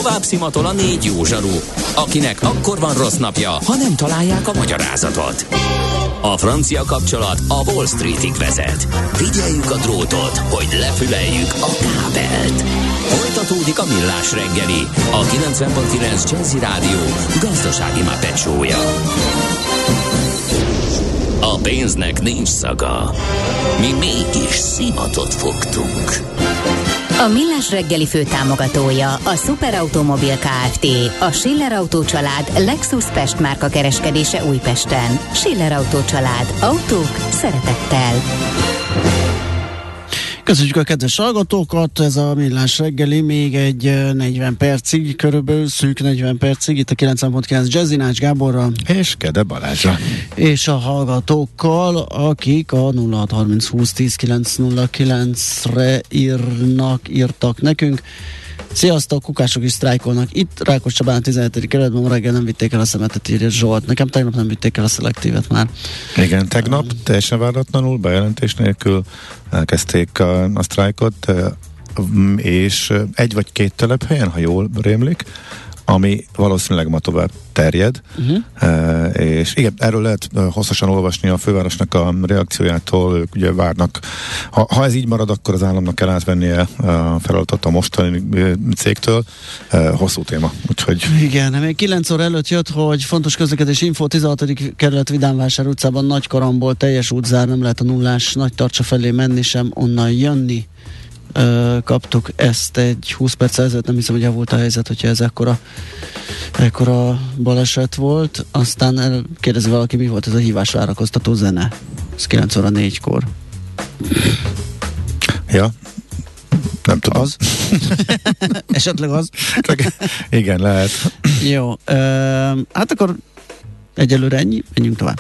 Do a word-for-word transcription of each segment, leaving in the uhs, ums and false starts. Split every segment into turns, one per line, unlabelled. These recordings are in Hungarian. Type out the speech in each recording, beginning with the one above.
Tovább szimatol a négy jó zsaru, akinek akkor van rossz napja, ha nem találják a magyarázatot. A francia kapcsolat a Wall Streetig vezet. Figyeljük a drótot, hogy lefüleljük a kábelt. Folytatódik a Millás reggeli, a kilencven pont kilenc Jazzy Rádió gazdasági Muppet show-ja. A pénznek nincs szaga. Mi mégis szimatot fogtunk.
A Millás reggeli főtámogatója a Superautomobil Kft. A Schiller Autó család Lexus Pest márka kereskedése Újpesten. Schiller Autó család. Autók szeretettel.
Köszönjük a kedves hallgatókat, ez a Millás reggeli még egy negyven percig, körülbelül szűk negyven percig, itt a kilencven pont kilenc Jazzy Nács Gáborral
és Kede Balázsra.
És a hallgatókkal, akik a nulla hat harminc húsz tíz kilenc nulla kilencre írnak, írtak nekünk. Sziasztok, kukások is sztrájkolnak. Itt Rákos Csabán a tizenhetedik kerületben ma reggel nem vitték el a szemetet, írja Zsolt. Nekem tegnap nem vitték el a szelektívet már.
Igen, tegnap um, teljesen váratlanul, bejelentés nélkül elkezdték a, a sztrájkot, és egy vagy két telephelyen, ha jól rémlik, ami valószínűleg ma tovább terjed, uh-huh. e, és igen, erről lehet hosszasan olvasni a fővárosnak a reakciójától, ők ugye várnak, ha, ha ez így marad, akkor az államnak kell átvennie a feladatot a mostani cégtől, e, hosszú téma, úgyhogy...
Igen, még kilenc óra előtt jött, hogy fontos közlekedési info, tizenhatodik kerület Vidámvásár utcában nagy karamból, teljes útzár, nem lehet a nullás nagy tartsa felé menni sem, onnan jönni. Ö, kaptuk ezt egy húsz perc ezelőtt, nem hiszem, hogy javult a helyzet, hogyha ez ekkora, ekkora baleset volt. Aztán kérdezi valaki, mi volt ez a hívás várakoztató zene? Ez kilenc óra négykor.
Ja, nem tudom.
Az? Esetleg az?
Csak, igen, lehet.
Jó, ö, hát akkor egyelőre ennyi, menjünk tovább.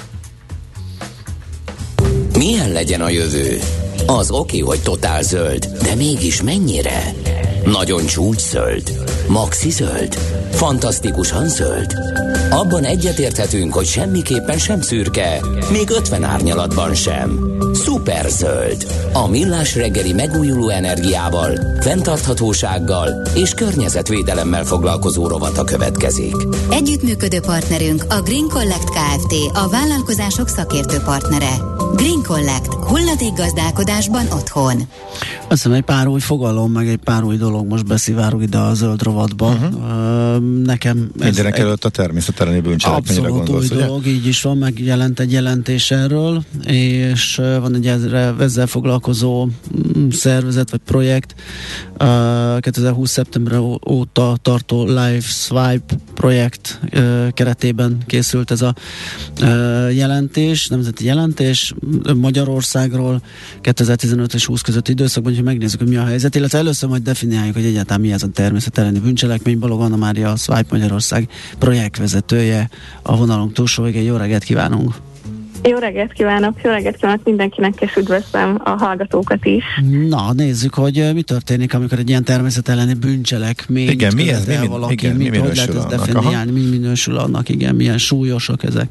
Milyen legyen a jövő? Az oké, hogy totál zöld, de mégis mennyire? Nagyon csúcszöld? Maxi zöld? Fantasztikusan zöld? Abban egyetérthetünk, hogy semmiképpen sem szürke, még ötven árnyalatban sem. Szuper zöld. A Millás reggeli megújuló energiával, fenntarthatósággal és környezetvédelemmel foglalkozó rovata következik.
Együttműködő partnerünk a Green Collect Kft. A vállalkozások szakértő partnere. Green Collect. Hulladékgazdálkodásban otthon.
Azt hiszem, egy pár új fogalom, meg egy pár új dolog most beszivárog ide a zöld rovatba. Uh-huh. Uh, nekem
mindenek előtt a természeteleni bűncselekményre gondolsz,
új
ugye?
dolog, így is van, megjelent egy jelentés erről, és uh, van egy ezzel, ezzel foglalkozó um, szervezet vagy projekt. Uh, kétezer-húsz szeptember óta tartó Life Swipe projekt uh, keretében készült ez a uh, jelentés, nemzeti jelentés Magyarországról kétezer-tizenöt és húsz közötti időszakban, hogy megnézzük, hogy mi a helyzet, illetve először majd definiáljuk, hogy egyáltalán mi ez a természetelleni bűncselekmény. Balog Anna Mária, a Swipe Magyarország projektvezetője a vonalunk túlsó végén. Jó reggelt kívánunk!
Jó reggelt kívánok, jó reggelt kívánok mindenkinek, és üdvözlöm a hallgatókat is.
Na, nézzük, hogy mi történik, amikor egy ilyen természetelleni bűncselekmény
igen, mi ez, mi,
valaki,
igen,
mit,
mi
hogy lehet ezt definiálni, mi minősül annak, igen, milyen súlyosak ezek?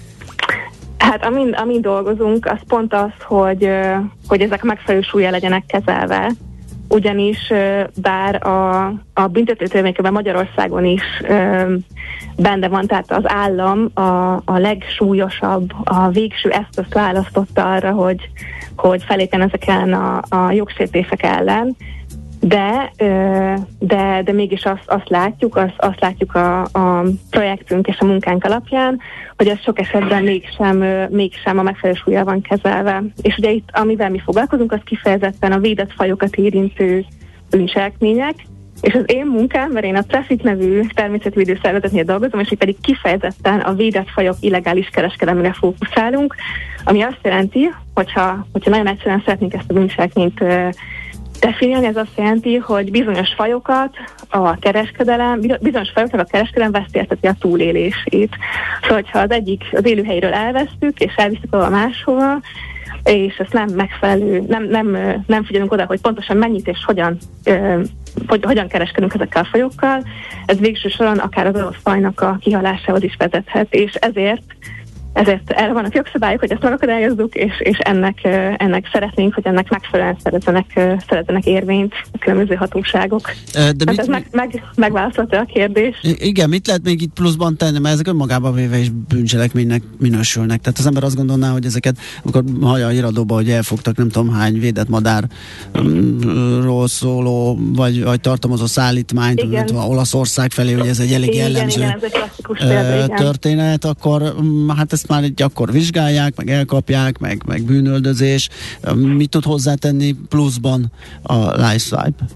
Hát amin, amin dolgozunk, az pont az, hogy, hogy ezek megfelelő súlya legyenek kezelve, ugyanis bár a, a büntetőtörvénykönyvben Magyarországon is benne van, tehát az állam a, a legsúlyosabb, a végső eszközt választotta arra, hogy, hogy felépjen ezeken a, a jogsértések ellen, de, de, de mégis azt, azt látjuk, azt, azt látjuk a, a projektünk és a munkánk alapján, hogy ez sok esetben mégsem, mégsem a megfelelő súllyal van kezelve. És ugye itt, amivel mi foglalkozunk, az kifejezetten a védett fajokat érintő bűncselekmények, és az én munkám, mert én a Traffic nevű természetvédő szervezetnél dolgozom, és itt pedig kifejezetten a védett fajok illegális kereskedelmére fókuszálunk, ami azt jelenti, hogyha, hogyha nagyon egyszerűen szeretnénk ezt a bűncselekményt definiálni, ez azt jelenti, hogy bizonyos fajokat a kereskedelem, bizonyos fajoknak a kereskedelem veszélyezteti a túlélését. Szóval, hogyha az egyik, az élőhelyről elvesztük, és elviszük valahol máshova, és ezt nem megfelelő, nem, nem, nem figyelünk oda, hogy pontosan mennyit és hogyan, hogy hogyan kereskedünk ezekkel a fajokkal, ez végső soron akár az adott fajnak a kihalásához is vezethet, és ezért ezért erre vannak jogszabályok, hogy ezt megakadályozzuk, és, és ennek, ennek szeretnénk, hogy ennek megfelelően szerezzenek, szerezzenek érvényt a különböző hatóságok. De hát mit, ez meg, meg, megválaszolta a kérdés.
Igen, mit lehet még itt pluszban tenni, mert ezek önmagában véve is bűncselekménynek minősülnek. Tehát az ember azt gondolná, hogy ezeket, amikor hallja a híradóba, hogy elfogtak nem tudom hány védett madárról szóló, vagy, vagy tartalmazó szállítmányt, mint Olaszország felé, hogy ez egy elég igen, jellemző
igen, ez egy klasszikus példa,
történet, akkor hát ezt már így akkor vizsgálják, meg elkapják, meg, meg bűnöldözés. Mit tud hozzátenni pluszban a LifeSwipe?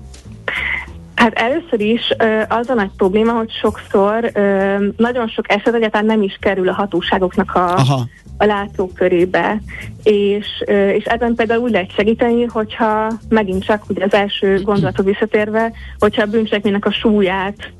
Hát először is az a nagy probléma, hogy sokszor nagyon sok eset egyáltalán nem is kerül a hatóságoknak a, a látókörébe, és, és ezen például úgy lehet segíteni, hogyha megint csak ugye az első gondolatot visszatérve, hogyha a bűncselekménynek a súlyát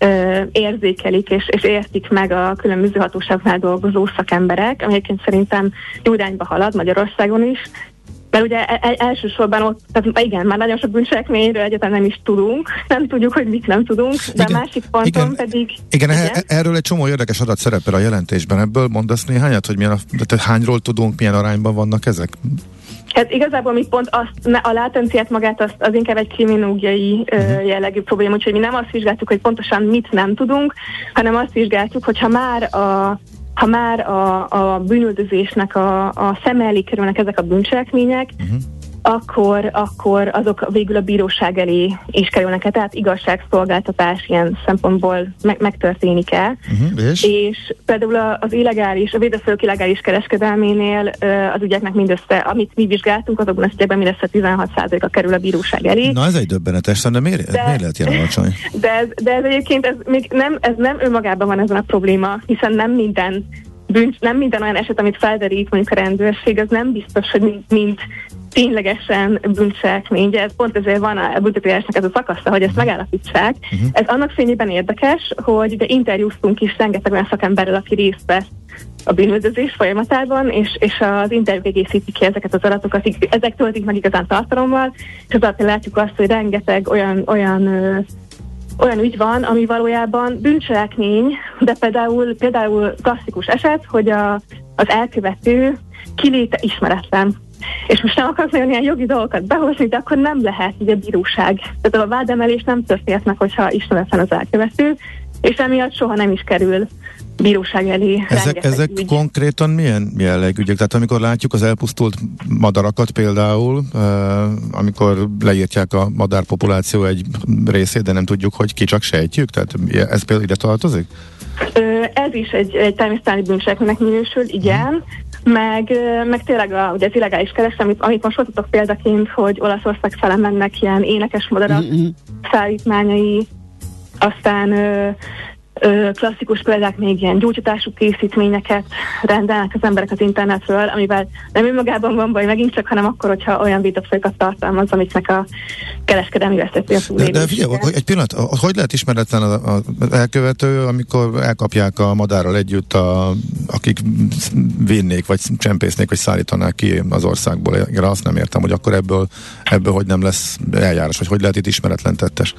érzékelik és, és értik meg a különböző hatóságoknál dolgozó szakemberek, ami egyébként szerintem jó irányba halad Magyarországon is, mert ugye el, elsősorban ott, tehát igen, már nagyon sok bűncselekményről egyáltalán nem is tudunk, nem tudjuk, hogy mit nem tudunk, de igen, a másik ponton igen, pedig...
Igen, igen, erről egy csomó érdekes adat szerepel a jelentésben, ebből mondasz néhányat, hogy milyen a, tehát hányról tudunk, milyen arányban vannak ezek?
Hát igazából mi pont azt, a látenciát magát az, az inkább egy kriminológiai uh-huh. jellegű probléma, úgyhogy mi nem azt vizsgáltuk, hogy pontosan mit nem tudunk, hanem azt vizsgáltuk, hogy ha már a ha már a, a bűnüldözésnek a, a szem elé kerülnek ezek a bűncselekmények, uh-huh. akkor, akkor azok végül a bíróság elé is kerülnek, tehát igazságszolgáltatás ilyen szempontból meg, megtörténik-e. Uh-huh. És? és például az illegális, a védőszörök illegális kereskedelménél az ügyeknek mindössze, amit mi vizsgáltunk, azokban az ügyekben mindössze tizenhat százaléka kerül a bíróság elé.
Na ez egy döbbenetes, de miért, de, miért lehet ilyen alacsony?
De ez, de ez egyébként ez, még nem, ez nem önmagában van ezen a probléma, hiszen nem minden bűncs, nem minden olyan eset, amit felderít mondjuk a rendőrség, az nem biztos, hogy mind, mind ténylegesen bűncselekmény. Ugye ez pont ezért van a büntetőeljárásnak ez a szakasza, hogy ezt megállapítsák. Uh-huh. Ez annak fényében érdekes, hogy ugye interjúztunk is rengeteg olyan szakemberrel, aki részt vesz a bűnüldözés folyamatában, és, és az interjúk egészítik ki ezeket az adatokat, ezek töltik meg igazán tartalommal, és az alapján látjuk azt, hogy rengeteg olyan, olyan ö, olyan ügy van, ami valójában bűncselekmény, de például, például klasszikus eset, hogy a, az elkövető kiléte ismeretlen. És most nem akarok nagyon ilyen jogi dolgokat behozni, de akkor nem lehet ugye bíróság. Tehát a vádemelés nem történt meg, hogyha ismeretlen az elkövető, és emiatt soha nem is kerül bíróság elé.
Ezek, ezek konkrétan milyen jellegügyek? Tehát amikor látjuk az elpusztult madarakat például, uh, amikor leírtják a madárpopuláció egy részét, de nem tudjuk, hogy ki, csak sejtjük? Tehát ez például ide tartozik?
Ö, ez is egy, egy természetesen bűncselekménynek minősül, igen. Hmm. Meg, meg tényleg a, ugye az illegális kereskedelem, amit, amit most hoztatok példaként, hogy Olaszország fele mennek ilyen énekes madarak mm-hmm. szállítmányai, aztán ö, ö, klasszikus példák még ilyen gyógyítású készítményeket rendelnek az emberek az internetről, amivel nem önmagában van baj megint csak, hanem akkor, hogyha olyan védőfolyakat tartalmaz, amiknek a kereskedelmi veszélyt a túlélésére.
De, de figyelj, egy pillanat, hogy lehet ismeretlen az elkövető, amikor elkapják a madárral együtt, a, akik vinnék, vagy csempésznék, vagy szállítanák ki az országból? Én azt nem értem, hogy akkor ebből, ebből hogy nem lesz eljárás, vagy hogy lehet itt ismeretlen tettes?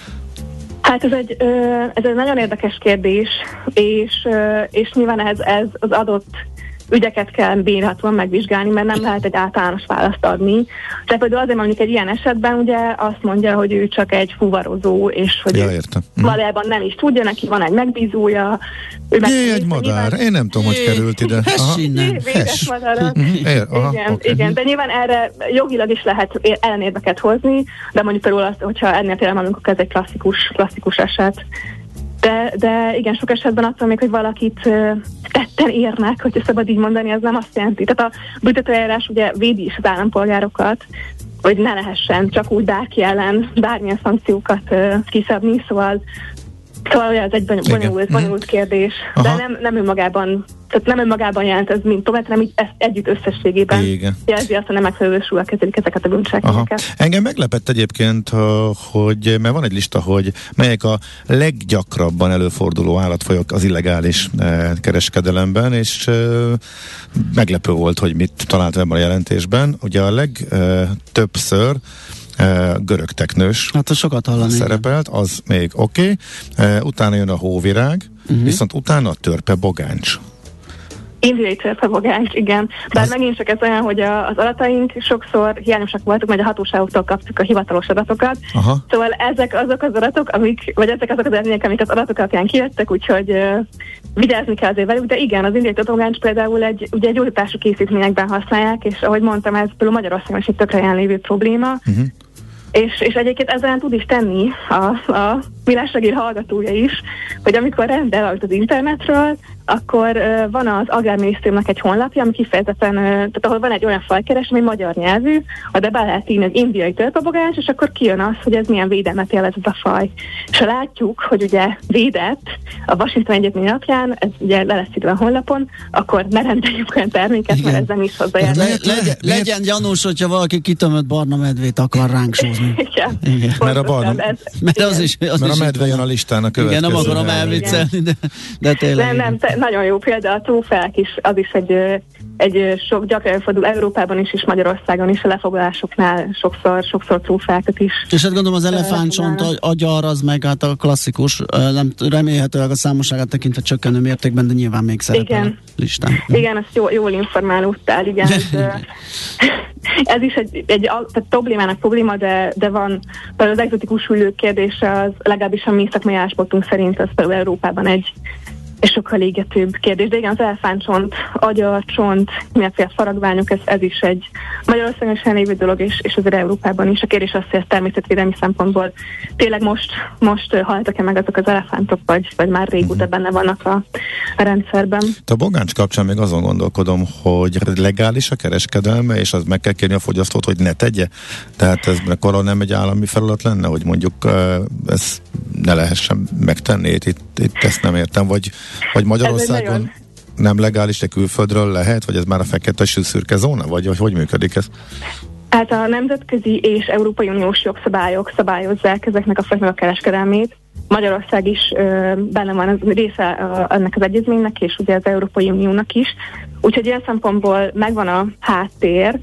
Hát ez egy, ez egy nagyon érdekes kérdés, és, és nyilván ez, ez az adott ügyeket kell bírhatóan megvizsgálni, mert nem lehet egy általános választ adni. De például azért mondjuk egy ilyen esetben ugye azt mondja, hogy ő csak egy fuvarozó, és hogy
ja,
ő valójában nem is tudja, neki van egy megbízója.
Jé, egy madár, nyilván... én nem tudom, hogy került ide.
Hess innen.
Védes madarak. Igen, okay. igen, de nyilván erre jogilag is lehet ellenérveket hozni, de mondjuk például azt, hogyha ennél tényleg mondjuk, akkor ez egy klasszikus, klasszikus eset. De, de igen, sok esetben attól még, hogy valakit uh, tetten érnek, hogyha szabad így mondani, az nem azt jelenti. Tehát a büntetőeljárás ugye védi is az állampolgárokat, hogy ne lehessen csak úgy bárki ellen bármilyen szankciókat uh, kiszabni, szóval Szóval ez egy bonyolult, bonyolult kérdés, aha. de nem, nem önmagában, tehát nem önmagában jelent ez mint tovább, hanem ezt együtt összességében igen. jelzi azt, hogy nem megfelelő súlyúan kezelik ezeket a bűncselekményeket.
Engem meglepett egyébként, hogy mert van egy lista, hogy melyek a leggyakrabban előforduló állatfajok az illegális eh, kereskedelemben, és eh, meglepő volt, hogy mit talált ebben a jelentésben. Ugye a legtöbbször Uh, görög teknős
hát az sokat hallani,
szerepelt, az még oké. Okay. Uh, utána jön a hóvirág, uh-huh. viszont utána a törpe bogáncs.
Indiai törpebogáncs, igen. Bár
Az...
megint csak ez olyan, hogy a, az adataink sokszor hiányosak voltak, mert a hatóságoktól kaptuk a hivatalos adatokat.
Aha.
Szóval ezek azok az adatok, amik, vagy ezek azok az eredmények, amik az adatok alapján kijöttek, úgyhogy uh, vigyázni kell azért velük, de igen, az indiai törpebogáncs például egy, ugye egy gyógyítású készítményekben használják, és ahogy mondtam, ez például Magyarországon is egy tökre jelenlévő probléma. Uh-huh. És, és egyébként ezzel tud is tenni a, a Millás-reggeli hallgatója is, hogy amikor rendel az internetről, akkor uh, van az Agrárminisztériumnak egy honlapja, ami kifejezetten, uh, tehát ahol van egy olyan fajkereső, ami magyar nyelvű, de be lehet írni az indiai törpebogáncs, és akkor kijön az, hogy ez milyen védelmet élvez ez a faj. És ha látjuk, hogy ugye védett a Washington Egyetemi napján, ez ugye le lesz írva a honlapon, akkor ne rendeljük olyan terméket, igen, mert ezzel is hozzájárul.
Le, legyen, legyen gyanús, hogyha valaki kitömött barna medvét akar ránk sózni.
Igen.
Igen.
Mert a barna...
Ez,
mert az is, az
mert
is
a medve jön a listán a következő.
Igen, nem akarom elviccelni, de, de tényleg.
Nem, nem, te, nagyon jó példa, a trófeák is, az is egy, egy sok gyakran fordul Európában is, és Magyarországon is a lefoglalásoknál sokszor, sokszor trófeákat is.
És hát gondolom az elefántcsont, agyar, az meg hát a klasszikus, nem remélhetőleg a számosságát tekintve csökkenő mértékben, de nyilván még szerepel igen. a listán.
Igen, ezt jó, jól informálódtál, igen. Ez, ez is egy, egy tehát problémának probléma, de, de van például az egzotikus hüllők kérdése, az legalábbis a mi szakmai álláspontunk szerint az például Európában egy és sokkal égetőbb kérdés. De igen, az elefántcsont, agyar, csont, mindenféle faragványok, ez, ez is egy Magyarországon is lévő dolog, és, és azért Európában is. A kérdés az, hogy ez természetvédelmi szempontból tényleg most, most haltak-e meg azok az elefántok, vagy, vagy már régóta benne vannak a, a rendszerben.
A bogáncs kapcsán még azon gondolkodom, hogy legális a kereskedelme, és az meg kell kérni a fogyasztót, hogy ne tegye. Tehát ez akkor nem egy állami feladat lenne, hogy mondjuk ezt ne lehessen megtenni. Itt, itt ezt nem értem, vagy Vagy Magyarországon nagyon... nem legális, de külföldről lehet, vagy ez már a fekete szürke zóna, vagy hogy, hogy működik ez?
Hát a nemzetközi és Európai Uniós jogszabályok szabályozzák ezeknek a fajtának a kereskedelmét. Magyarország is ö, benne van, az része a, ennek az egyezménynek, és ugye az Európai Uniónak is. Úgyhogy ilyen szempontból megvan a háttér,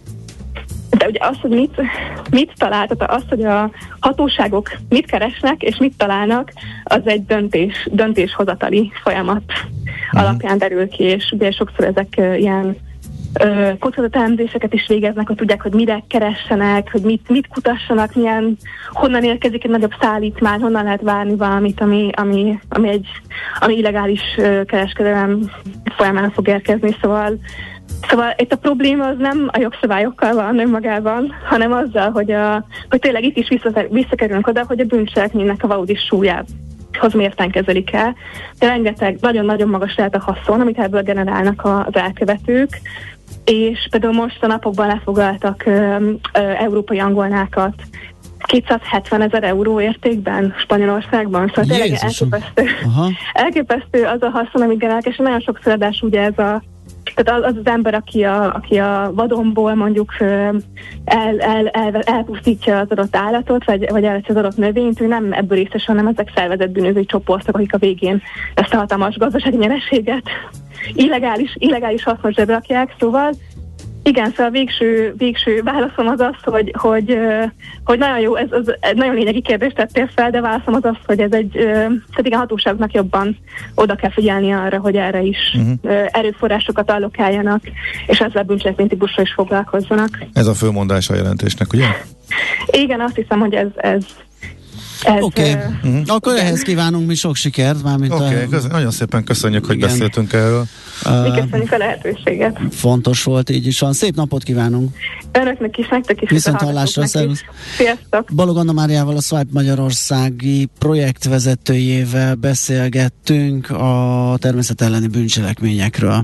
de ugye az, hogy mit, mit talál, tehát az, hogy a hatóságok mit keresnek és mit találnak, az egy döntés, döntéshozatali folyamat uh-huh. alapján derül ki, és ugye sokszor ezek uh, ilyen uh, kockázatelemzéseket is végeznek, hogy tudják, hogy mire keressenek, hogy mit, mit kutassanak, milyen, honnan érkezik egy nagyobb szállítmány, honnan lehet várni valamit, ami, ami, ami egy ami illegális uh, kereskedelem folyamán fog érkezni, szóval Szóval itt a probléma az nem a jogszabályokkal van önmagában, hanem azzal, hogy, a, hogy tényleg itt is visszakerülünk oda, hogy a bűncselekménynek a valódi súlyához mérten kezelik el. De rengeteg, nagyon-nagyon magas lehet a haszon, amit ebből generálnak az elkövetők, és például most a napokban lefoglaltak ö, ö, európai angolnákat kétszázhetven ezer euró értékben Spanyolországban. Szóval tényleg elképesztő, elképesztő az a haszon, amit generálnak, és nagyon sokszor adás ugye ez a tehát az az ember, aki a, aki a vadonból mondjuk el, el, el, elpusztítja az adott állatot, vagy, vagy elveszi az adott növényt, ő nem ebből részes, hanem ezek szervezett bűnözői csoportok, akik a végén ezt a hatalmas gazdasági nyereséget illegális, illegális hasznos zsebre rakják, szóval igen, szóval a végső, végső válaszom az az, hogy, hogy, hogy nagyon jó, ez, ez nagyon lényegi kérdést tettél fel, de válaszom az az, hogy ez egy, tehát igen, hatóságoknak jobban oda kell figyelni arra, hogy erre is uh-huh. erőforrásokat allokáljanak, és ezzel bűncselekménytípusra is foglalkozzanak. Ez
a főmondása a jelentésnek, ugye?
Igen, azt hiszem, hogy ez, ez
Oké, okay. uh, uh-huh. Akkor igen. Ehhez kívánunk mi sok sikert. Oké,
okay. a... nagyon szépen köszönjük, hogy igen. beszéltünk erről.
Uh, mi köszönjük a lehetőséget.
Fontos volt, így is van. Szép napot kívánunk.
Önöknek is, nektek is.
Viszont hallásra, szervusz.
Sziasztok.
Balog Anna Máriával, a Swipe Magyarországi projektvezetőjével beszélgettünk a természet elleni bűncselekményekről.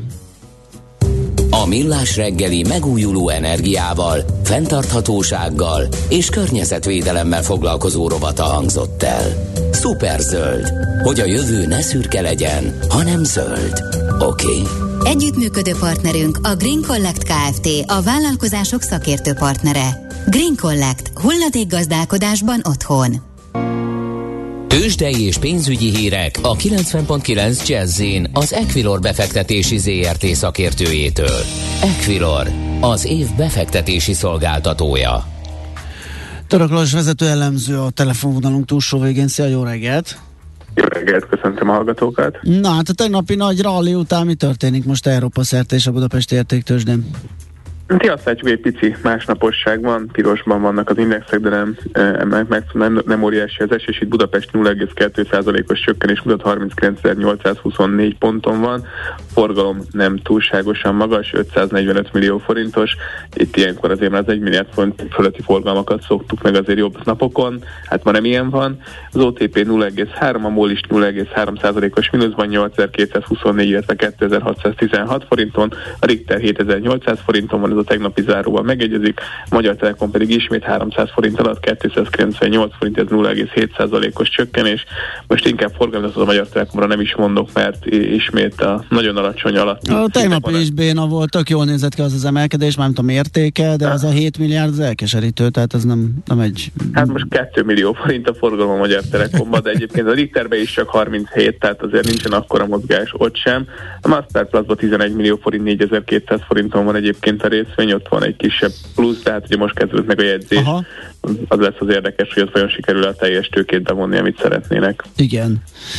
A Millás reggeli megújuló energiával, fenntarthatósággal és környezetvédelemmel foglalkozó rovata hangzott el. Szuperzöld, hogy a jövő ne szürke legyen, hanem zöld. Oké? Okay.
Együttműködő partnerünk a Green Collect Kft., a vállalkozások szakértő partnere. Green Collect. Hulladékgazdálkodásban otthon.
Tőzsdei és pénzügyi hírek a kilencven pont kilenc Jazz-in az Equilor befektetési zé er té szakértőjétől. Equilor, az év befektetési szolgáltatója.
Török Lajos vezető elemző a telefonvonalunk túlsó végén. Szia, jó reggelt!
Jó reggelt! reggelt, köszöntöm a hallgatókat.
Na hát a tegnapi nagy rally után mi történik most Európa szerte és a Budapesti Értéktőzsdén?
Ti azt látjuk, egy pici másnaposság van, pirosban vannak az indexek, de nem, nem, nem, nem óriási az esés. Itt Budapest nulla egész kettő százalékos csökkenés mutat, harminckilencezer-nyolcszázhuszonnégy ponton van. Forgalom nem túlságosan magas, ötszáznegyvenöt millió forintos. Itt ilyenkor azért már az egy milliárd forint fölötti forgalmakat szoktuk meg azért jobb napokon. Hát ma nem ilyen van. Az o té pé nulla egész három, a MOL is nulla egész három százalékos mínuszban, nyolcezer-kétszázhuszonnégy, illetve kétezer-hatszáztizenhat forinton. A Richter hétezer-nyolcszáz forinton van, ez a tegnapi záróval megegyezik, a Magyar Telekom pedig ismét háromszáz forint alatt, kétszázkilencvennyolc forint, ez nulla egész hét százalékos csökkenés. Most inkább forgalmat az a Magyar Telekomra nem is mondok, mert ismét a nagyon alacsony alatt.
A tegnapi is béna volt, tök jól nézett ki az az emelkedés, már nem tudom mértéke, de az a hét milliárd az elkeserítő, tehát ez nem, nem egy...
Hát most két millió forint a forgalom a Magyar Telekomban, de egyébként a Richterben is csak harminchét, tehát azért nincsen akkora mozgás ott sem. A Masterplus-ban tizenegy millió forint, négyezer-kétszáz forinton van egyébként a részvény, ott van egy kisebb plusz, tehát ugye most kezdődött meg a jegyzés. Aha. Az lesz az érdekes, hogy ott vajon sikerül a teljes tőkét bevonni, amit szeretnének.
Igen.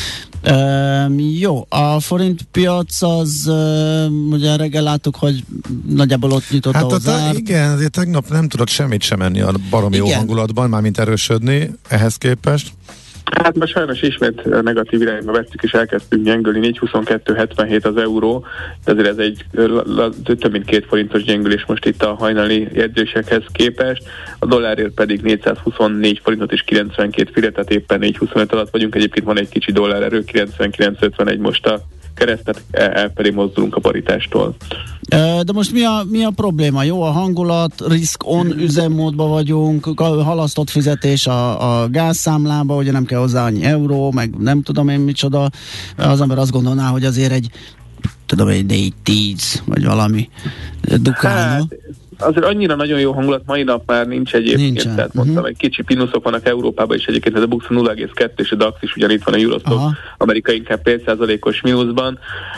Um, jó, a forint piac az uh, ugye reggel láttuk, hogy nagyjából ott nyitott,
hát
ahol zárt.
Igen, azért tegnap nem tudott semmit sem menni a baromi jó hangulatban, mármint erősödni ehhez képest.
Hát most sajnos ismét negatív irányba vettük, és elkezdtünk gyengülni, négy huszonkettő hetvenhét az euró, de azért ez egy több mint két forintos gyengülés most itt a hajnali jegyzésekhez képest, a dollárért pedig négyszázhuszonnégy forintot és kilencvenkét fillet, tehát éppen négy huszonöt alatt vagyunk, egyébként van egy kicsi dollár erő, kilencvenkilenc ötvenegy most a keresztet, el pedig mozdulunk a paritástól.
De most mi a, mi a probléma? Jó a hangulat, risk on üzemmódban vagyunk, halasztott fizetés a, a gázszámlába, ugye nem kell hozzá annyi euró, meg nem tudom én micsoda. Az ember azt gondolná, hogy azért egy tudom egy négy tíz, vagy valami dukálna. Hát,
azért annyira nagyon jó hangulat mai nap már nincs egyébként,
Nincsen.
tehát mondtam, uh-huh. egy kicsi mínuszok vannak Európában is egyébként, a Bux nulla egész kettő és a DAX is ugyanitt van, a Eurostock, Amerika inkább fél százalékos mínuszban,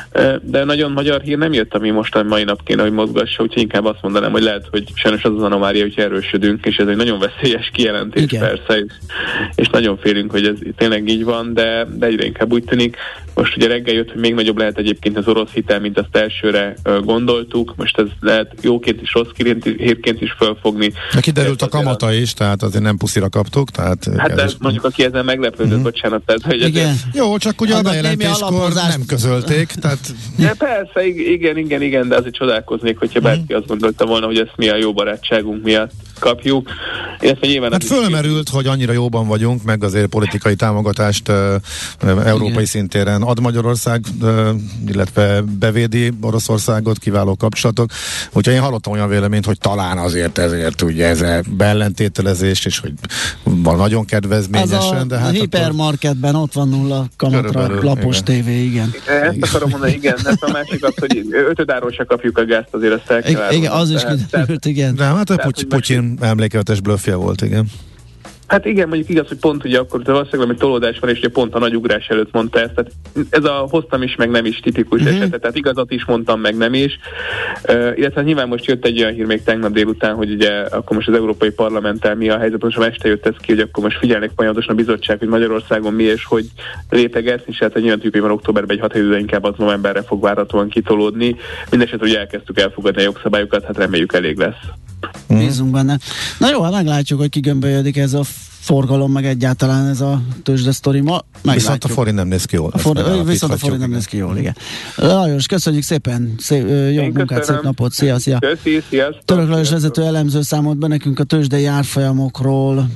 de nagyon magyar hír nem jött, ami most a mai nap kéne, hogy mozgassa, úgyhogy inkább azt mondanám, hogy lehet, hogy sajnos az az anomália, hogy erősödünk, és ez egy nagyon veszélyes kijelentés. Igen. Persze, és, és nagyon félünk, hogy ez tényleg így van, de, de egyre inkább úgy tűnik. Most ugye reggel jött, hogy még nagyobb lehet egyébként az orosz hitel, mint azt elsőre gondoltuk, most ez lehet jóként is rossz hírként is felfogni.
De kiderült a kamata is, tehát azért nem puszira kaptuk. Tehát
hát de is... mondjuk aki ezen meglepődött, uh-huh. bocsánat. Tehát, hogy
igen.
Ez...
Jó, csak ugye annak a bejelentéskor nem közölték. Tehát...
De persze, igen, igen, igen, de azért csodálkoznék, hogyha uh-huh. bárki azt gondolta volna, hogy ezt mi a jó barátságunk miatt kapjuk.
Hát fölmerült, hogy annyira jóban vagyunk, meg azért politikai támogatást uh, európai igen. szintéren ad Magyarország, uh, illetve bevédi Oroszországot, kiváló kapcsolatok. Úgyhogy én hallottam olyan véleményt, hogy talán azért ezért ugye ez a beellentételezés, és hogy van nagyon kedvezményesen.
Az
de
a
hát
hipermarketben ott van nulla kamatra lapos igen. tévé, igen.
Ezt igen. akarom mondani, igen, de a másik az, hogy ötödáról se kapjuk a gázt, azért ezt el kell
igen, az is kiderült, igen.
De hát a Putyin emlékevetes blöffje volt, igen.
Hát igen, mondjuk igaz, hogy pont ugye akkor valószínűleg egy tolódás van, és ugye pont a nagy ugrás előtt mondta ezt. Tehát ez a hoztam is, meg nem is tipikus uh-huh. eset, tehát igazat is mondtam, meg nem is. Uh, illetve nyilván most jött egy olyan hír még tegnap délután, hogy ugye akkor most az Európai Parlamenttel mi a helyzet, most este jött ez ki, hogy akkor most figyelnek folyamatosan a bizottság, hogy Magyarországon mi és hogy létegezni, és hát egy olyan tűpében októberben egy hat hét, de inkább az novemberre fog várhatóan kitolódni. Mindenesetre, hogy elkezdtük elfogadni a jogszabályokat, hát reméljük elég lesz.
Bízunk benne. Na jó, hát meglátjuk, hogy kigömbölyödik ez a forgalom, meg egyáltalán ez a tőzsde sztori ma. Meglátjuk.
Viszont a forint nem néz ki jól.
A for, viszont a forint nem néz ki jól, igen. Lajos, köszönjük szépen, szép, jó Én munkát, köszönöm. Szép napot, szia, szia.
Köszi, sziasztok.
Török Lajos vezető elemző számolt be nekünk a tőzsdei árfolyamokról.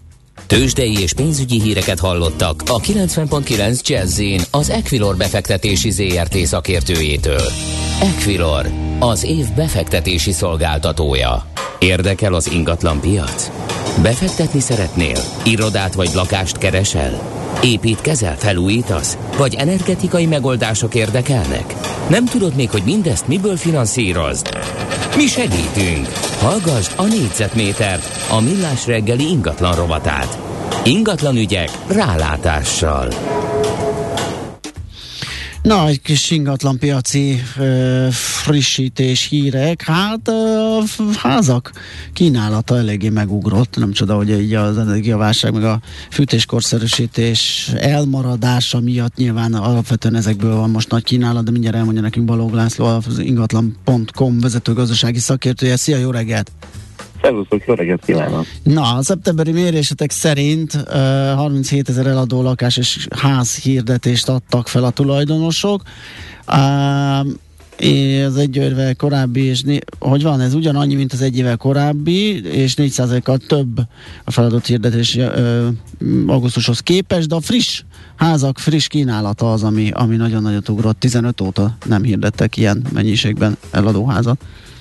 Tőzsdei és pénzügyi híreket hallottak a kilencven pont kilenc Jazz-in az Equilor befektetési zé er té szakértőjétől. Equilor, az év befektetési szolgáltatója. Érdekel az ingatlan piac? Befektetni szeretnél? Irodát vagy lakást keresel? Építkezel, felújítasz? Vagy energetikai megoldások érdekelnek? Nem tudod még, hogy mindezt miből finanszírozd? Mi segítünk! Hallgasd a Négyzetmétert, a Millás reggeli ingatlan rovatát. Ingatlan ügyek rálátással.
Na, egy kis ingatlan piaci ö, frissítés, hírek. Hát a házak kínálata eléggé megugrott. Nem csoda, hogy így az energiaválság, meg a fűtéskorszerűsítés elmaradása miatt nyilván alapvetően ezekből van most nagy kínálat, de mindjárt elmondja nekünk Balogh László, az ingatlan pont com vezető gazdasági szakértője. Szia, jó reggelt!
Szervusztok, jó reggelt kívánok!
Na, a szeptemberi mérésetek szerint uh, harminchétezer eladó lakás és ház hirdetést adtak fel a tulajdonosok. Uh, az egy évvel korábbi, és né- hogy van, ez ugyanannyi, mint az egy évvel korábbi, és négy százalékkal több a feladott hirdetés uh, augusztushoz képest, de a friss házak, friss kínálata az, ami, ami nagyon nagyot ugrott. tizenöt óta nem hirdettek ilyen mennyiségben eladó házat.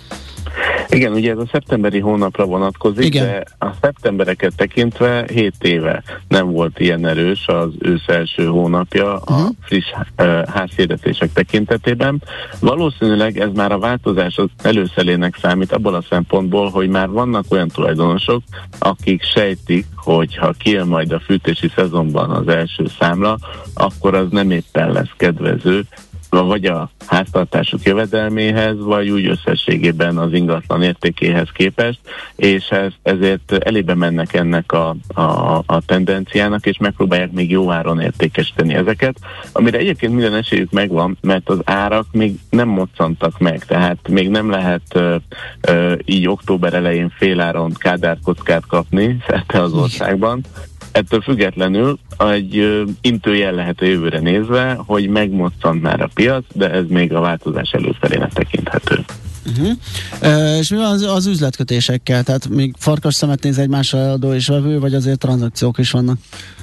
Igen, ugye ez a szeptemberi hónapra vonatkozik, igen. De a szeptembereket tekintve hét éve nem volt ilyen erős az ősz első hónapja uh-huh. a friss uh, házhirdetések tekintetében. Valószínűleg ez már a változás előszelének számít abból a szempontból, hogy már vannak olyan tulajdonosok, akik sejtik, hogy ha kijön majd a fűtési szezonban az első számla, akkor az nem éppen lesz kedvező, vagy a háztartásuk jövedelméhez, vagy úgy összességében az ingatlan értékéhez képest, és ez, ezért elébe mennek ennek a, a, a tendenciának, és megpróbálják még jó áron értékesíteni ezeket, amire egyébként minden esélyük megvan, mert az árak még nem moccantak meg, tehát még nem lehet ö, ö, így október elején féláron kádárkockát kapni szerte az országban. Ettől függetlenül egy ö, intőjel lehet a jövőre nézve, hogy megmoccant már a piac, de ez még a változás előszerének tekinthető.
Uh-huh. E, és mi van az, az üzletkötésekkel? Tehát még farkas szemet néz egymásra eladó és vevő, vagy azért tranzakciók is vannak?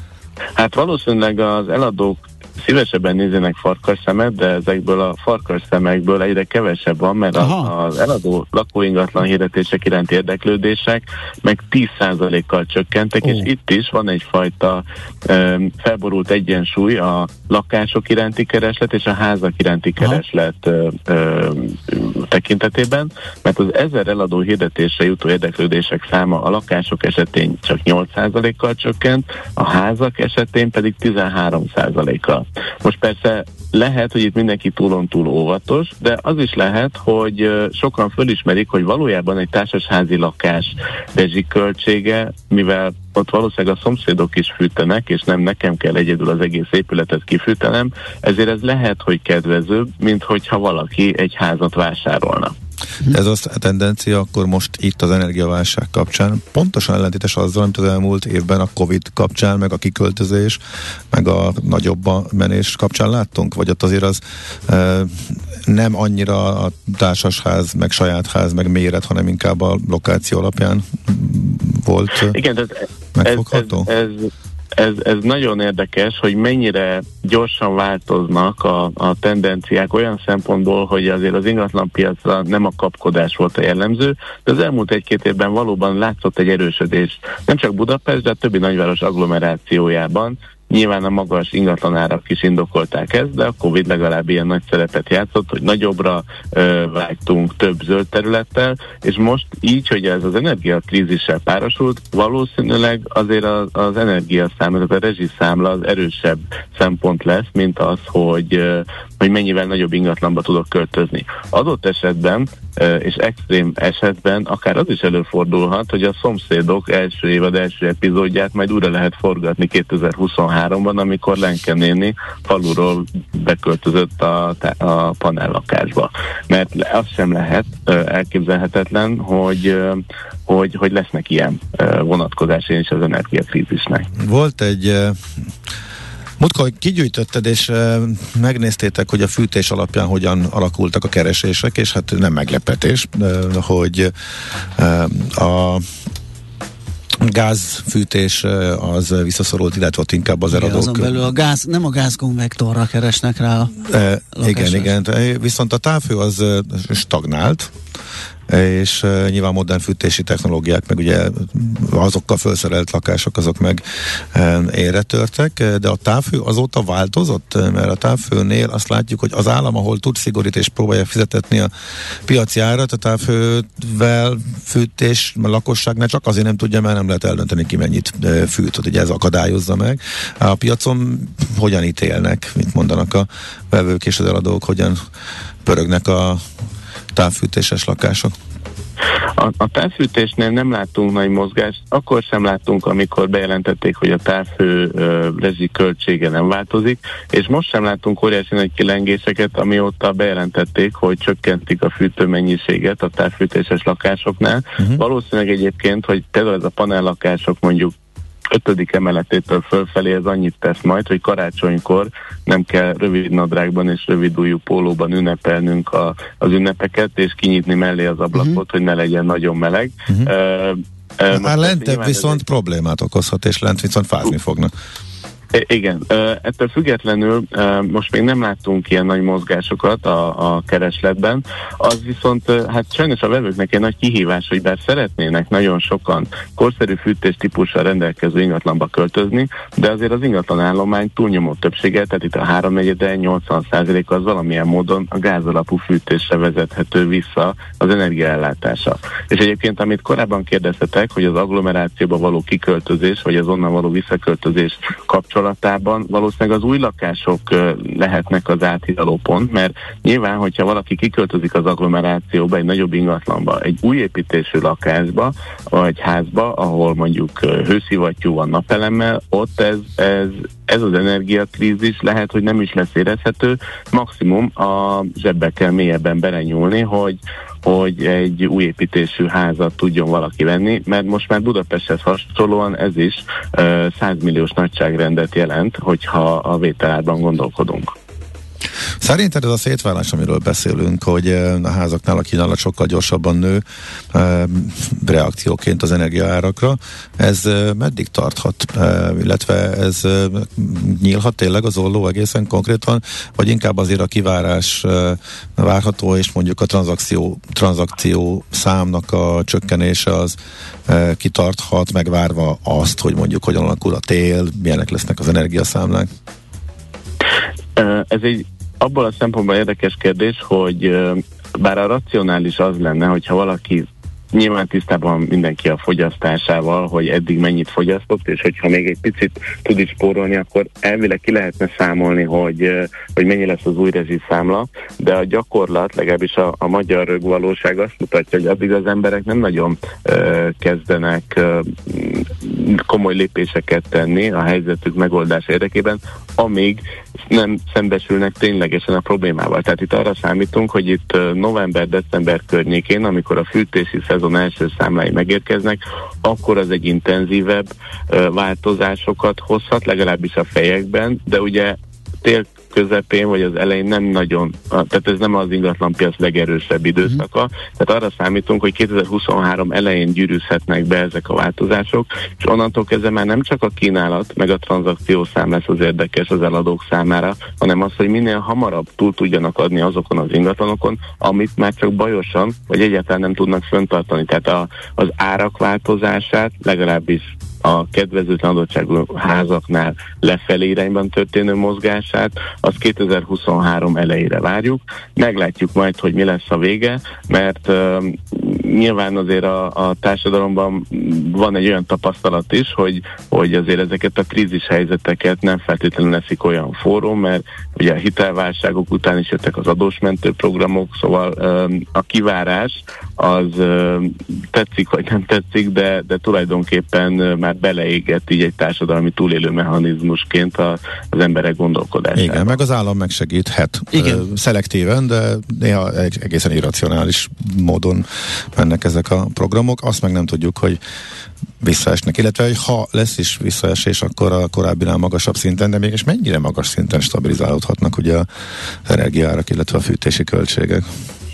Hát valószínűleg az eladók szívesebben nézzenek farkas szemet, de ezekből a farkas szemekből egyre kevesebb van, mert a, az eladó lakóingatlan hirdetések iránti érdeklődések meg tíz százalékkal csökkentek, oh. és itt is van egyfajta um, felborult egyensúly a lakások iránti kereslet és a házak iránti kereslet uh, uh, tekintetében, mert az ezer eladó hirdetésre jutó érdeklődések száma a lakások esetén csak nyolc százalékkal csökkent, a házak esetén pedig tizenhárom százalékkal. Most persze lehet, hogy itt mindenki túlon-túl óvatos, de az is lehet, hogy sokan fölismerik, hogy valójában egy társasházi lakás rezsiköltsége, mivel ott valószínűleg a szomszédok is fűtenek, és nem nekem kell egyedül az egész épületet kifűtenem, ezért ez lehet, hogy kedvezőbb, mint hogyha valaki egy házat vásárolna.
Ez a tendencia akkor most itt az energiaválság kapcsán pontosan ellentétes azzal, amit az elmúlt évben a Covid kapcsán, meg a kiköltözés, meg a nagyobb menés kapcsán láttunk? Vagy ott azért az e, nem annyira a társasház, meg saját ház, meg méret, hanem inkább a lokáció alapján volt
igen, tehát
megfogható?
Ez, ez, ez, ez, ez nagyon érdekes, hogy mennyire gyorsan változnak a, a tendenciák olyan szempontból, hogy azért az ingatlanpiacra nem a kapkodás volt a jellemző, de az elmúlt egy-két évben valóban látszott egy erősödés. Nem csak Budapest, de a többi nagyváros agglomerációjában. Nyilván a magas ingatlanárak is indokolták ezt, de a Covid legalább ilyen nagy szerepet játszott, hogy nagyobbra ö, vágtunk több zöld területtel, és most így, hogy ez az energiakrízissel párosult, valószínűleg azért az, az energiaszámla, tehát a rezsiszámla az erősebb szempont lesz, mint az, hogy, ö, hogy mennyivel nagyobb ingatlanba tudok költözni. Adott esetben és extrém esetben akár az is előfordulhat, hogy a szomszédok első évad első epizódját majd újra lehet forgatni kétezer-huszonháromban, amikor Lenke néni faluról beköltözött a, a panellakásba. Mert az sem lehet elképzelhetetlen, hogy, hogy, hogy lesznek ilyen vonatkozásai is az energiakrízisnek.
Volt egy múltkor kigyűjtötted, és e, megnéztétek, hogy a fűtés alapján hogyan alakultak a keresések, és hát nem meglepetés, e, hogy e, a gázfűtés az visszaszorult, illetve ott inkább az eladók.
Azon belül a gáz, nem a gázkonvektorra keresnek rá a
e, Igen, igen. Viszont a távhő az stagnált, és uh, nyilván modern fűtési technológiák, meg ugye azokkal felszerelt lakások, azok meg um, érre törtek, de a távhő azóta változott, mert a távhőnél azt látjuk, hogy az állam, ahol tud szigorít és próbálja fizetetni a piaci árat, a távhővel fűtés a lakosságnál csak azért nem tudja, mert nem lehet eldönteni ki mennyit fűt, ugye ez akadályozza meg. A piacon hogyan ítélnek, mit mondanak a vevők és az eladók, hogyan pörögnek a távfűtéses lakások?
A, a távfűtésnél nem láttunk nagy mozgást, akkor sem láttunk, amikor bejelentették, hogy a távhő ö, rezsi költsége nem változik, és most sem láttunk óriási nagy kilengéseket, amióta bejelentették, hogy csökkentik a fűtőmennyiséget a távfűtéses lakásoknál. Uh-huh. Valószínűleg egyébként, hogy például ez a panellakások mondjuk ötödik emeletétől fölfelé ez annyit tesz majd, hogy karácsonykor nem kell rövid nadrágban és rövid ujjú pólóban ünnepelnünk a, az ünnepeket, és kinyitni mellé az ablakot, uh-huh. hogy ne legyen nagyon meleg. Uh-huh. Uh, uh,
Már lentebb viszont egy... problémát okozhat, és lent viszont fázni fognak.
Igen, ettől függetlenül most még nem láttunk ilyen nagy mozgásokat a, a keresletben, az viszont hát sajnos a vevőknek egy nagy kihívás, hogy bár szeretnének nagyon sokan korszerű fűtés típussal rendelkező ingatlanba költözni, de azért az ingatlan állomány túlnyomó többsége, tehát itt a háromnegyede, nyolcvan százalék az valamilyen módon a gázalapú fűtésre vezethető vissza az energiaellátása. És egyébként, amit korábban kérdeztetek, hogy az agglomerációba való kiköltözés, vagy az onnan való visszaköltözés kapcsolatban valószínűleg az új lakások lehetnek az áthidaló pont, mert nyilván, hogyha valaki kiköltözik az agglomerációba, egy nagyobb ingatlanba, egy új építésű lakásba, vagy házba, ahol mondjuk hőszivattyú van napelemmel, ott ez, ez, ez az energiakrízis lehet, hogy nem is lesz érezhető, maximum a zsebbe kell mélyebben belenyúlni, hogy hogy egy új építésű házat tudjon valaki venni, mert most már Budapesthez hasonlóan ez is uh, száz milliós nagyságrendet jelent, hogyha a vételárban gondolkodunk.
Szerinted ez a szétválás, amiről beszélünk, hogy a házaknál a kínálat sokkal gyorsabban nő reakcióként az energiaárakra, ez meddig tarthat? Illetve ez nyílhat tényleg az olló egészen konkrétan, vagy inkább azért a kivárás várható, és mondjuk a tranzakció, tranzakció számnak a csökkenése az kitarthat, megvárva azt, hogy mondjuk hogyan alakul a tél, milyenek lesznek az energiaszámlák?
Ez egy abból a szempontból érdekes kérdés, hogy bár a racionális az lenne, hogyha valaki nyilván tisztában mindenki a fogyasztásával, hogy eddig mennyit fogyasztott, és hogyha még egy picit tud is spórolni, akkor elvileg ki lehetne számolni, hogy, hogy mennyi lesz az új rezsiszámla, de a gyakorlat, legalábbis a, a magyar rögvalóság azt mutatja, hogy addig az emberek nem nagyon uh, kezdenek uh, komoly lépéseket tenni a helyzetük megoldása érdekében, amíg nem szembesülnek ténylegesen a problémával. Tehát itt arra számítunk, hogy itt november-december környékén, amikor a fűtési szezon első számlái megérkeznek, akkor az egy intenzívebb uh, változásokat hozhat, legalábbis a fejekben, de ugye tél közepén, vagy az elején nem nagyon, tehát ez nem az ingatlanpiac legerősebb időszaka, uh-huh. tehát arra számítunk, hogy kétezer-huszonhárom elején gyűrűzhetnek be ezek a változások, és onnantól kezdve már nem csak a kínálat, meg a tranzakciószám lesz az érdekes az eladók számára, hanem az, hogy minél hamarabb túl tudjanak adni azokon az ingatlanokon, amit már csak bajosan, vagy egyáltalán nem tudnak föntartani. Tehát a, az árak változását legalábbis a kedvezőtlen adottságú házaknál lefelé irányban történő mozgását, az kétezer-huszonhárom elejére várjuk. Meglátjuk majd, hogy mi lesz a vége, mert uh, nyilván azért a, a társadalomban van egy olyan tapasztalat is, hogy, hogy azért ezeket a krízis helyzeteket nem feltétlenül leszik olyan forró, mert ugye a hitelválságok után is jöttek az adósmentő programok, szóval uh, a kivárás az uh, tetszik vagy nem tetszik, de, de tulajdonképpen uh, már beleégett így egy társadalmi túlélő mechanizmusként a, az emberek gondolkodásában.
Igen, meg az állam megsegíthet. Igen. Uh, szelektíven, de néha egy egészen irracionális módon mennek ezek a programok. Azt meg nem tudjuk, hogy visszaesnek, illetve hogy ha lesz is visszaesés, akkor a korábbinál magasabb szinten, de mégis mennyire magas szinten stabilizálódhatnak ugye az energiaárak, illetve a fűtési költségek?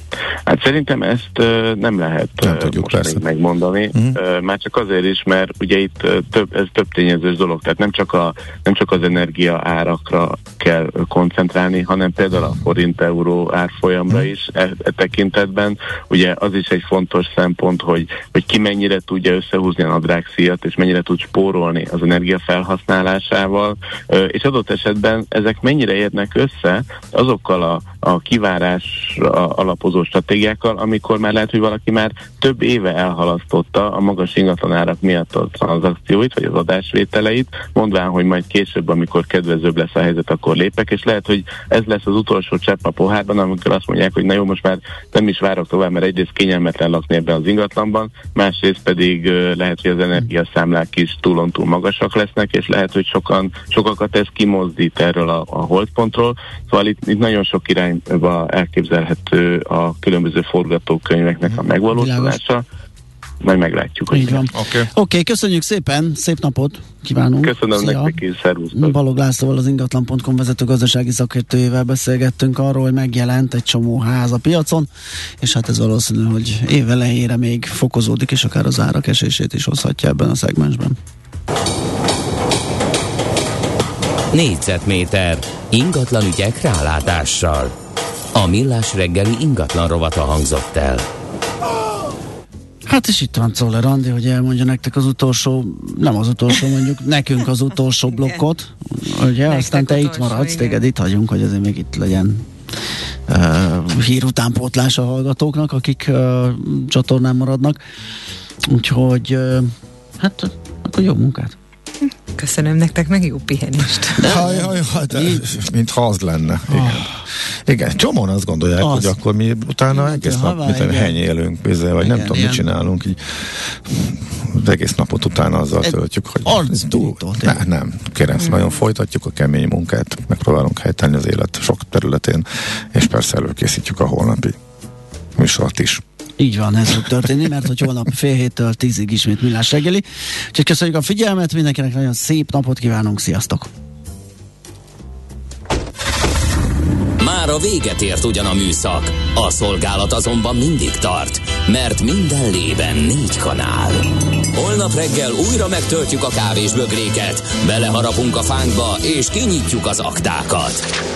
Hát szerintem ezt uh, nem lehet
nem
uh,
tudjuk,
most
persze.
még megmondani, uh-huh. uh, már csak azért is, mert ugye itt uh, több, ez több tényezős dolog, tehát nem csak, a, nem csak az energia árakra kell koncentrálni, hanem például a forint-euró árfolyamra is e, e tekintetben. Ugye az is egy fontos szempont, hogy, hogy ki mennyire tudja összehúzni a nadrágszíjat, és mennyire tud spórolni az energia felhasználásával, uh, és adott esetben ezek mennyire érnek össze azokkal a, a kivárás alapozó stratégiákkal, amikor már lehet, hogy valaki már több éve elhalasztotta a magas ingatlanárak miatt a tranzakcióit, vagy az adásvételeit, mondván, hogy majd később, amikor kedvezőbb lesz a helyzet, akkor lépek, és lehet, hogy ez lesz az utolsó csepp a pohárban, amikor azt mondják, hogy na jó, most már nem is várok tovább, mert egyrészt kényelmetlen lakni ebben az ingatlanban, másrészt pedig uh, lehet, hogy az energiaszámlák is túlontúl magasak lesznek, és lehet, hogy sokan, sokakat ez kimozdít erről a, a holdpontról. Szóval itt, itt nagyon sok irányba elképzelhető a különböző forgatókönyveknek a megvalósulása. Majd meglátjuk.
Így van. Oké, okay. okay, köszönjük szépen, szép napot kívánunk.
Köszönöm Szia. nektek is, szervusztok.
Balog Lászlóval, az ingatlan pont com vezető gazdasági szakértőjével beszélgettünk arról, hogy megjelent egy csomó ház a piacon, és hát ez valószínű, hogy év elejére még fokozódik, és akár az árak esését is hozhatja ebben a szegmensben.
Négyzetméter ingatlan ügyek rálátással. A Millás reggeli ingatlan rovata hangzott el.
Hát és itt van Czoller Andi, hogy elmondja nektek az utolsó, nem az utolsó, mondjuk nekünk az utolsó blokkot, ugye, nektek aztán te utolsó, itt maradsz, igen. Téged itt hagyunk, hogy azért még itt legyen uh, hír utánpótlás a hallgatóknak, akik uh, csatornán maradnak. Úgyhogy uh, hát akkor jó munkát!
Köszönöm nektek, meg jó pihenést.
Jaj, jaj, jaj, mintha az lenne. Igen. Oh. Igen, csomóan azt gondolják, az. hogy akkor mi utána igen, egész nap mit henyélünk, bizony, vagy igen, nem tudom, ilyen. mit csinálunk, így az egész napot utána azzal Egy töltjük, hogy ez túl. Ne, nem, kérem, mm. nagyon folytatjuk a kemény munkát, megpróbálunk helytállni az élet sok területén, és persze előkészítjük a holnapi műsort is.
Így van, ez fog történni, mert hogy holnap fél héttől tízig ismét Millás reggeli. Úgyhogy köszönjük a figyelmet, mindenkinek nagyon szép napot kívánunk, sziasztok!
Már a véget ért ugyan a műszak, a szolgálat azonban mindig tart, mert minden lében négy kanál. Holnap reggel újra megtöltjük a kávés bögréket, beleharapunk a fánkba és kinyitjuk az aktákat.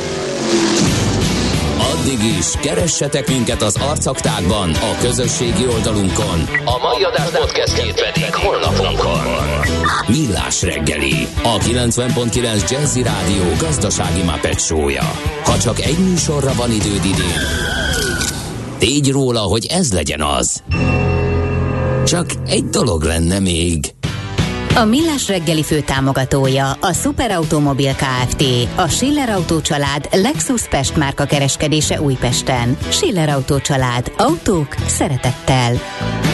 Addig is, keressetek minket az arcaktákban, a közösségi oldalunkon. A mai adás podcastjét pedig honlapunkon. Millás reggeli, a kilencven pont kilenc Jazzy Rádió gazdasági Muppet show-ja. Ha csak egy műsorra van időd idén, tégy róla, hogy ez legyen az. Csak egy dolog lenne még.
A Millás reggeli főtámogatója a Superautomobil Kft. A Schiller Autó család Lexus Pest márka kereskedése Újpesten. Schiller Autó család. Autók szeretettel.